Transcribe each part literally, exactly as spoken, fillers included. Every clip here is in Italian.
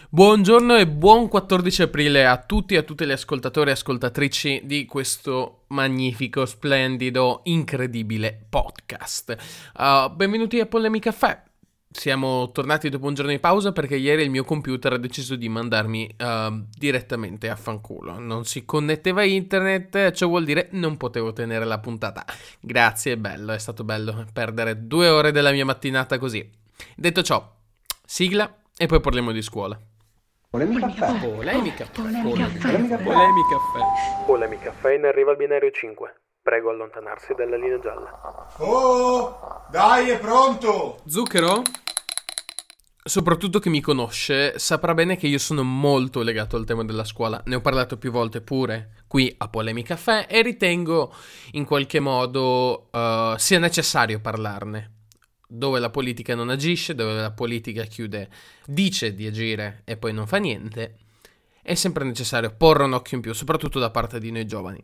Buongiorno e buon quattordici aprile a tutti e a tutte le ascoltatori e ascoltatrici di questo magnifico, splendido, incredibile podcast. Uh, benvenuti a Polemica Caffè. Siamo tornati dopo un giorno di pausa perché ieri il mio computer ha deciso di mandarmi uh, direttamente a fanculo. Non si connetteva a internet, ciò vuol dire non potevo tenere la puntata. Grazie, è bello, è stato bello perdere due ore della mia mattinata così. Detto ciò, sigla e poi parliamo di scuola. Polemica Caffè. Polemica Caffè. Polemica Caffè. Polemica Caffè. Polemica Caffè in arriva al binario cinque. Prego allontanarsi dalla linea gialla. Oh, dai, è pronto! Zucchero? Soprattutto chi mi conosce saprà bene che io sono molto legato al tema della scuola. Ne ho parlato più volte pure qui a Polemica Caffè e ritengo in qualche modo uh, sia necessario parlarne. Dove la politica non agisce, dove la politica chiude, dice di agire e poi non fa niente, è sempre necessario porre un occhio in più, soprattutto da parte di noi giovani.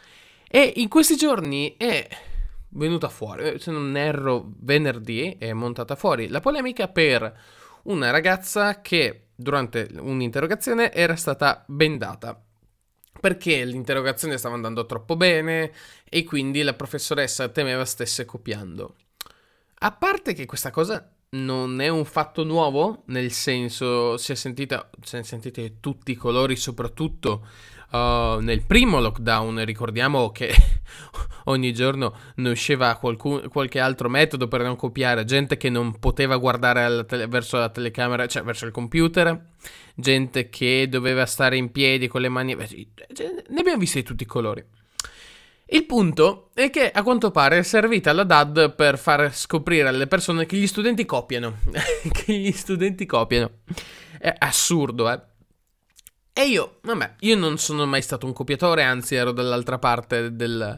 E in questi giorni è venuta fuori, se non erro venerdì, è montata fuori la polemica per una ragazza che durante un'interrogazione era stata bendata. Perché l'interrogazione stava andando troppo bene e quindi la professoressa temeva stesse copiando. A parte che questa cosa non è un fatto nuovo, nel senso si è sentita, si è sentite tutti i colori, soprattutto uh, nel primo lockdown. Ricordiamo che ogni giorno ne usciva qualcun, qualche altro metodo per non copiare, gente che non poteva guardare alla tele, verso la telecamera, cioè verso il computer, gente che doveva stare in piedi con le mani, ne abbiamo visti di tutti i colori. Il punto è che a quanto pare è servita la D A D per far scoprire alle persone che gli studenti copiano. Che gli studenti copiano. È assurdo, eh. E io, vabbè, io non sono mai stato un copiatore, anzi ero dall'altra parte del...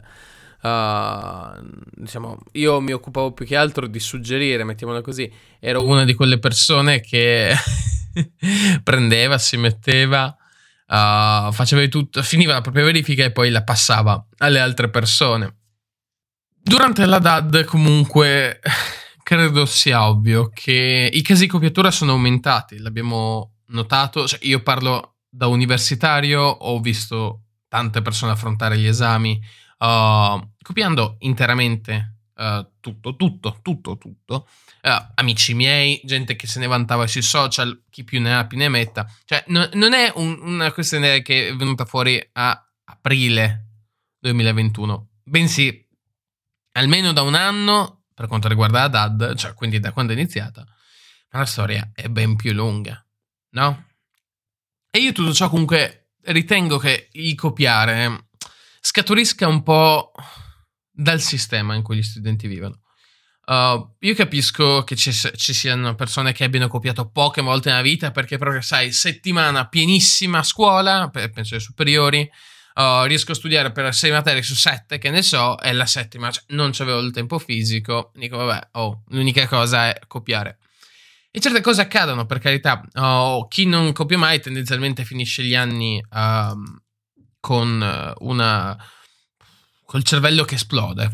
Uh, diciamo, io mi occupavo più che altro di suggerire, mettiamola così. Ero una di quelle persone che prendeva, si metteva... Uh, faceva di tutto, finiva la propria verifica e poi la passava alle altre persone. Durante la D A D comunque credo sia ovvio che i casi di copiatura sono aumentati, l'abbiamo notato, cioè, io parlo da universitario, ho visto tante persone affrontare gli esami uh, copiando interamente uh, tutto, tutto, tutto, tutto. Uh, amici miei, gente che se ne vantava sui social, chi più ne ha più ne metta. Cioè, no, non è un, una questione che è venuta fuori a aprile duemilaventuno, bensì almeno da un anno, per quanto riguarda la D A D, cioè quindi da quando è iniziata, ma la storia è ben più lunga, no? E io tutto ciò comunque ritengo che il copiare scaturisca un po' dal sistema in cui gli studenti vivono. Uh, io capisco che ci, ci siano persone che abbiano copiato poche volte nella vita perché proprio, sai, settimana pienissima a scuola, penso ai superiori, uh, riesco a studiare per sei materie su sette, che ne so, e la settima cioè, non c'avevo il tempo fisico, dico vabbè, oh, l'unica cosa è copiare. E certe cose accadono, per carità. Oh, chi non copia mai tendenzialmente finisce gli anni uh, con una... col cervello che esplode.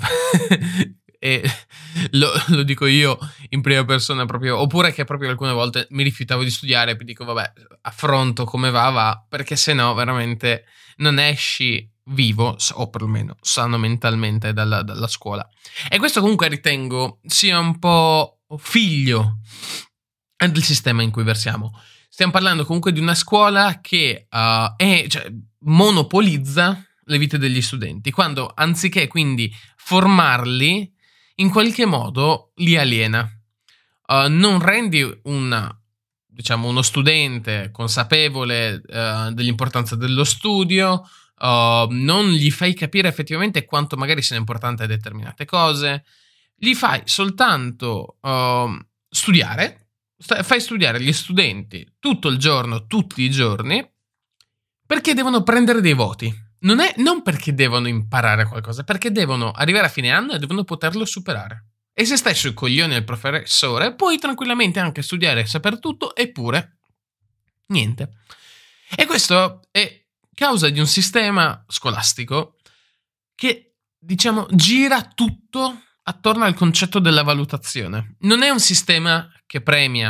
E lo, lo dico io in prima persona proprio, oppure che proprio alcune volte mi rifiutavo di studiare e poi dico vabbè, affronto come va va, perché se no veramente non esci vivo o perlomeno sano mentalmente dalla, dalla scuola. E questo comunque ritengo sia un po' figlio del sistema in cui versiamo. Stiamo parlando comunque di una scuola che uh, è, cioè, monopolizza le vite degli studenti, quando anziché quindi formarli in qualche modo li aliena. Uh, non rendi una, diciamo, uno studente consapevole uh, dell'importanza dello studio, uh, non gli fai capire effettivamente quanto magari siano importanti determinate cose, gli fai soltanto uh, studiare, st- fai studiare gli studenti tutto il giorno, tutti i giorni, perché devono prendere dei voti. Non è non perché devono imparare qualcosa, perché devono arrivare a fine anno e devono poterlo superare. E se stai sui coglioni del professore, puoi tranquillamente anche studiare e saper tutto, eppure niente. E questo è causa di un sistema scolastico che, diciamo, gira tutto attorno al concetto della valutazione. Non è un sistema che premia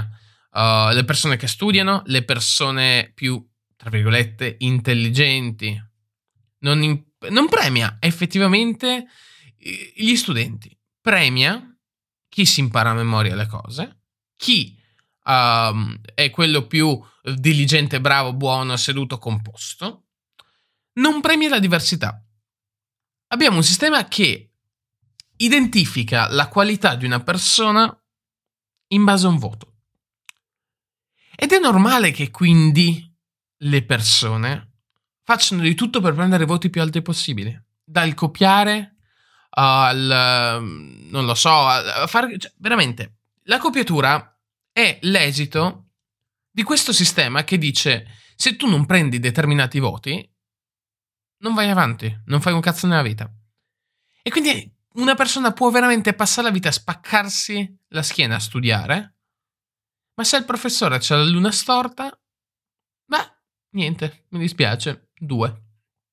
uh, le persone che studiano, le persone più, tra virgolette, intelligenti. Non, in, non premia effettivamente gli studenti. Premia chi si impara a memoria le cose, chi um, è quello più diligente, bravo, buono, seduto, composto. Non premia la diversità. Abbiamo un sistema che identifica la qualità di una persona in base a un voto. Ed è normale che quindi le persone facciano di tutto per prendere i voti più alti possibili. Dal copiare al... non lo so, a fare... Cioè, veramente, la copiatura è l'esito di questo sistema che dice: se tu non prendi determinati voti, non vai avanti, non fai un cazzo nella vita. E quindi una persona può veramente passare la vita a spaccarsi la schiena a studiare, ma se il professore c'ha la luna storta, beh, niente, mi dispiace, due.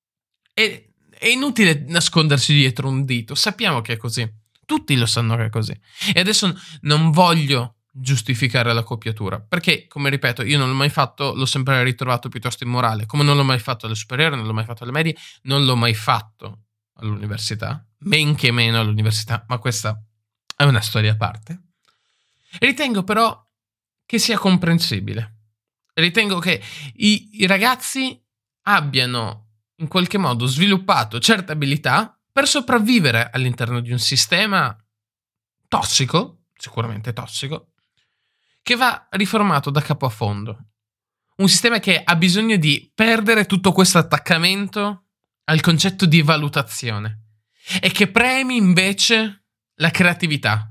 E è inutile nascondersi dietro un dito, sappiamo che è così, tutti lo sanno che è così. E adesso non voglio giustificare la copiatura, perché, come ripeto, io non l'ho mai fatto, l'ho sempre ritrovato piuttosto immorale, come non l'ho mai fatto alle superiori, non l'ho mai fatto alle medie, non l'ho mai fatto all'università, men che meno all'università, ma questa è una storia a parte. Ritengo però che sia comprensibile. Ritengo che i, i ragazzi abbiano in qualche modo sviluppato certe abilità per sopravvivere all'interno di un sistema tossico, sicuramente tossico, che va riformato da capo a fondo. Un sistema che ha bisogno di perdere tutto questo attaccamento al concetto di valutazione e che premi invece la creatività.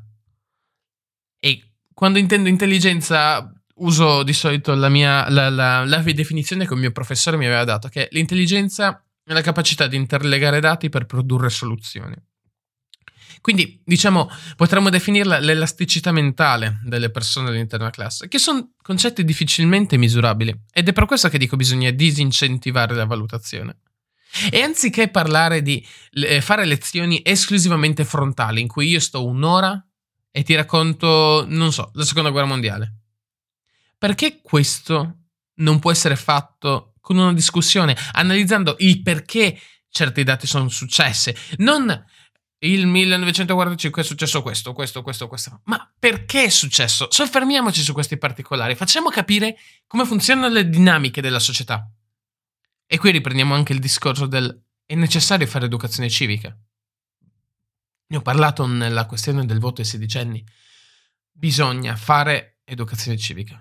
E quando intendo intelligenza uso di solito la mia la, la, la definizione che il mio professore mi aveva dato, che l'intelligenza è la capacità di interlegare dati per produrre soluzioni. Quindi, diciamo, potremmo definirla l'elasticità mentale delle persone all'interno della classe, che sono concetti difficilmente misurabili. Ed è per questo che dico bisogna disincentivare la valutazione. E anziché parlare di eh, fare lezioni esclusivamente frontali, in cui io sto un'ora e ti racconto, non so, la seconda guerra mondiale, perché questo non può essere fatto con una discussione, analizzando il perché certi dati sono successe, non il millenovecentoquarantacinque è successo questo, questo, questo, questo, ma perché è successo? Soffermiamoci su questi particolari, facciamo capire come funzionano le dinamiche della società. E qui riprendiamo anche il discorso del è necessario fare educazione civica. Ne ho parlato nella questione del voto ai sedicenni. Bisogna fare educazione civica,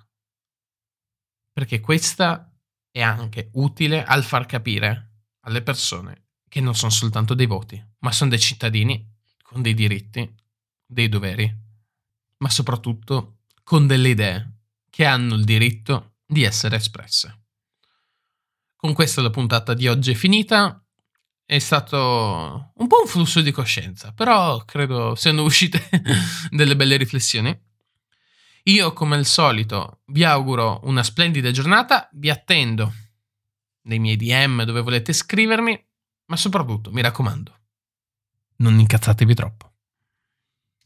perché questa è anche utile al far capire alle persone che non sono soltanto dei voti, ma sono dei cittadini con dei diritti, dei doveri, ma soprattutto con delle idee che hanno il diritto di essere espresse. Con questa la puntata di oggi è finita. È stato un po' un flusso di coscienza, però credo siano uscite delle belle riflessioni. Io, come al solito, vi auguro una splendida giornata, vi attendo nei miei D M dove volete scrivermi, ma soprattutto, mi raccomando, non incazzatevi troppo.